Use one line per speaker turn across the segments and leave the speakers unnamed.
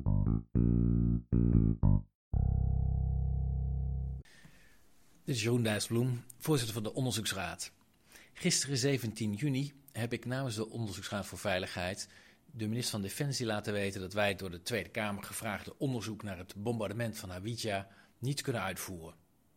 Dit is Jeroen Dijsselbloem, voorzitter van de Onderzoeksraad. Gisteren, 17 juni, heb ik namens de Onderzoeksraad voor Veiligheid de minister van Defensie laten weten dat wij het door de Tweede Kamer gevraagde onderzoek naar het bombardement van Hawija niet kunnen uitvoeren.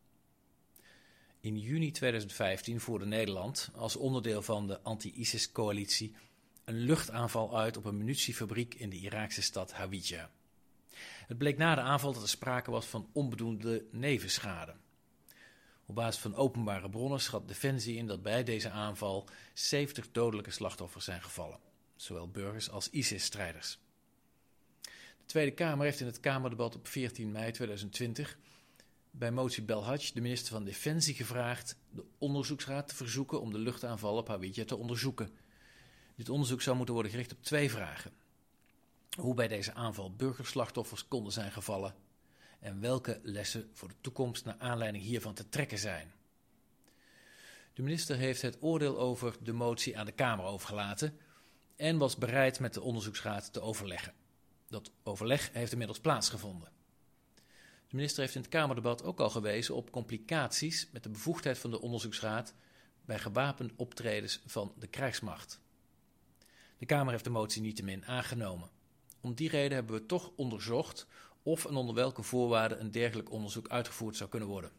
In juni 2015 voerde Nederland als onderdeel van de anti-ISIS-coalitie een luchtaanval uit op een munitiefabriek in de Iraakse stad Hawija. Het bleek na de aanval dat er sprake was van onbedoelde nevenschade. Op basis van openbare bronnen schat Defensie in dat bij deze aanval 70 dodelijke slachtoffers zijn gevallen, zowel burgers als ISIS-strijders. De Tweede Kamer heeft in het Kamerdebat op 14 mei 2020 bij motie Belhadj de minister van Defensie gevraagd de Onderzoeksraad te verzoeken om de luchtaanval op Hawija te onderzoeken. Dit onderzoek zou moeten worden gericht op 2 vragen. Hoe bij deze aanval burgerslachtoffers konden zijn gevallen en welke lessen voor de toekomst naar aanleiding hiervan te trekken zijn. De minister heeft het oordeel over de motie aan de Kamer overgelaten en was bereid met de Onderzoeksraad te overleggen. Dat overleg heeft inmiddels plaatsgevonden. De minister heeft in het Kamerdebat ook al gewezen op complicaties met de bevoegdheid van de Onderzoeksraad bij gewapend optredens van de krijgsmacht. De Kamer heeft de motie niettemin aangenomen. Om die reden hebben we toch onderzocht of en onder welke voorwaarden een dergelijk onderzoek uitgevoerd zou kunnen worden.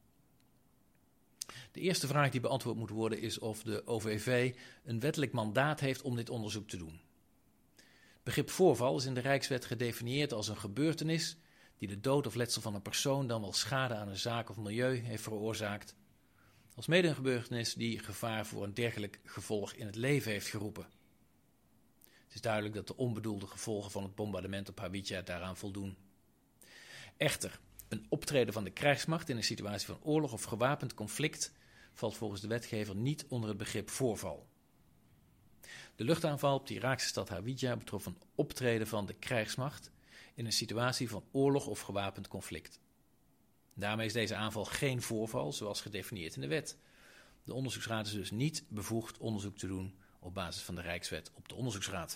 De eerste vraag die beantwoord moet worden is of de OVV een wettelijk mandaat heeft om dit onderzoek te doen. Het begrip voorval is in de Rijkswet gedefinieerd als een gebeurtenis die de dood of letsel van een persoon dan wel schade aan een zaak of milieu heeft veroorzaakt, als mede een gebeurtenis die gevaar voor een dergelijk gevolg in het leven heeft geroepen. Het is duidelijk dat de onbedoelde gevolgen van het bombardement op Hawija daaraan voldoen. Echter, een optreden van de krijgsmacht in een situatie van oorlog of gewapend conflict valt volgens de wetgever niet onder het begrip voorval. De luchtaanval op de Iraakse stad Hawija betrof een optreden van de krijgsmacht in een situatie van oorlog of gewapend conflict. Daarmee is deze aanval geen voorval zoals gedefinieerd in de wet. De Onderzoeksraad is dus niet bevoegd onderzoek te doen op basis van de Rijkswet op de Onderzoeksraad.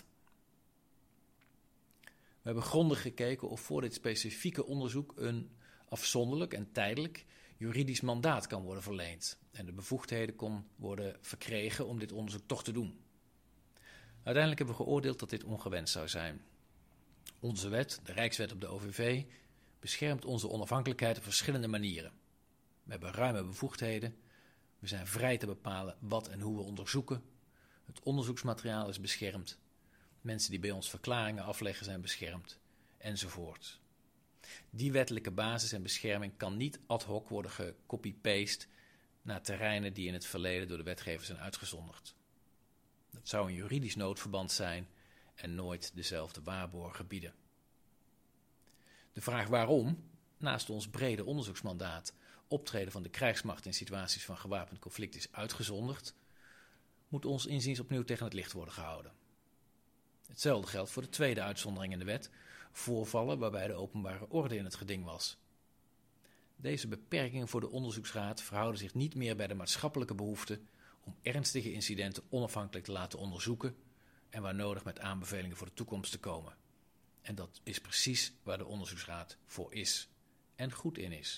We hebben grondig gekeken of voor dit specifieke onderzoek een afzonderlijk en tijdelijk juridisch mandaat kan worden verleend en de bevoegdheden kon worden verkregen om dit onderzoek toch te doen. Uiteindelijk hebben we geoordeeld dat dit ongewenst zou zijn. Onze wet, de Rijkswet op de OVV, beschermt onze onafhankelijkheid op verschillende manieren. We hebben ruime bevoegdheden, we zijn vrij te bepalen wat en hoe we onderzoeken, het onderzoeksmateriaal is beschermd, mensen die bij ons verklaringen afleggen zijn beschermd, enzovoort. Die wettelijke basis en bescherming kan niet ad hoc worden gecopy-paste naar terreinen die in het verleden door de wetgever zijn uitgezonderd. Dat zou een juridisch noodverband zijn en nooit dezelfde waarborgen bieden. De vraag waarom, naast ons brede onderzoeksmandaat, optreden van de krijgsmacht in situaties van gewapend conflict is uitgezonderd, moet ons inziens opnieuw tegen het licht worden gehouden. Hetzelfde geldt voor de tweede uitzondering in de wet, voorvallen waarbij de openbare orde in het geding was. Deze beperkingen voor de Onderzoeksraad verhouden zich niet meer bij de maatschappelijke behoefte om ernstige incidenten onafhankelijk te laten onderzoeken en waar nodig met aanbevelingen voor de toekomst te komen. En dat is precies waar de Onderzoeksraad voor is en goed in is.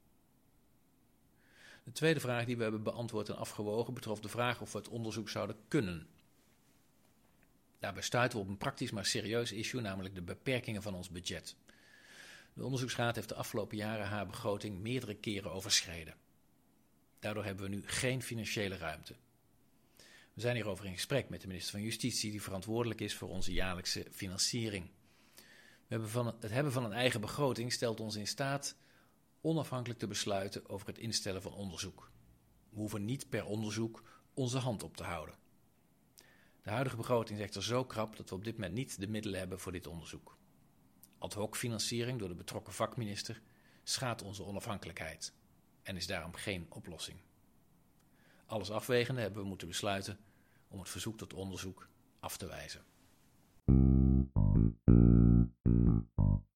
De tweede vraag die we hebben beantwoord en afgewogen betrof de vraag of we het onderzoek zouden kunnen. Daarbij stuiten we op een praktisch maar serieus issue, namelijk de beperkingen van ons budget. De Onderzoeksraad heeft de afgelopen jaren haar begroting meerdere keren overschreden. Daardoor hebben we nu geen financiële ruimte. We zijn hierover in gesprek met de minister van Justitie, die verantwoordelijk is voor onze jaarlijkse financiering. Het hebben van een eigen begroting stelt ons in staat onafhankelijk te besluiten over het instellen van onderzoek. We hoeven niet per onderzoek onze hand op te houden. De huidige begroting is echter zo krap dat we op dit moment niet de middelen hebben voor dit onderzoek. Ad hoc financiering door de betrokken vakminister schaadt onze onafhankelijkheid en is daarom geen oplossing. Alles afwegende hebben we moeten besluiten om het verzoek tot onderzoek af te wijzen.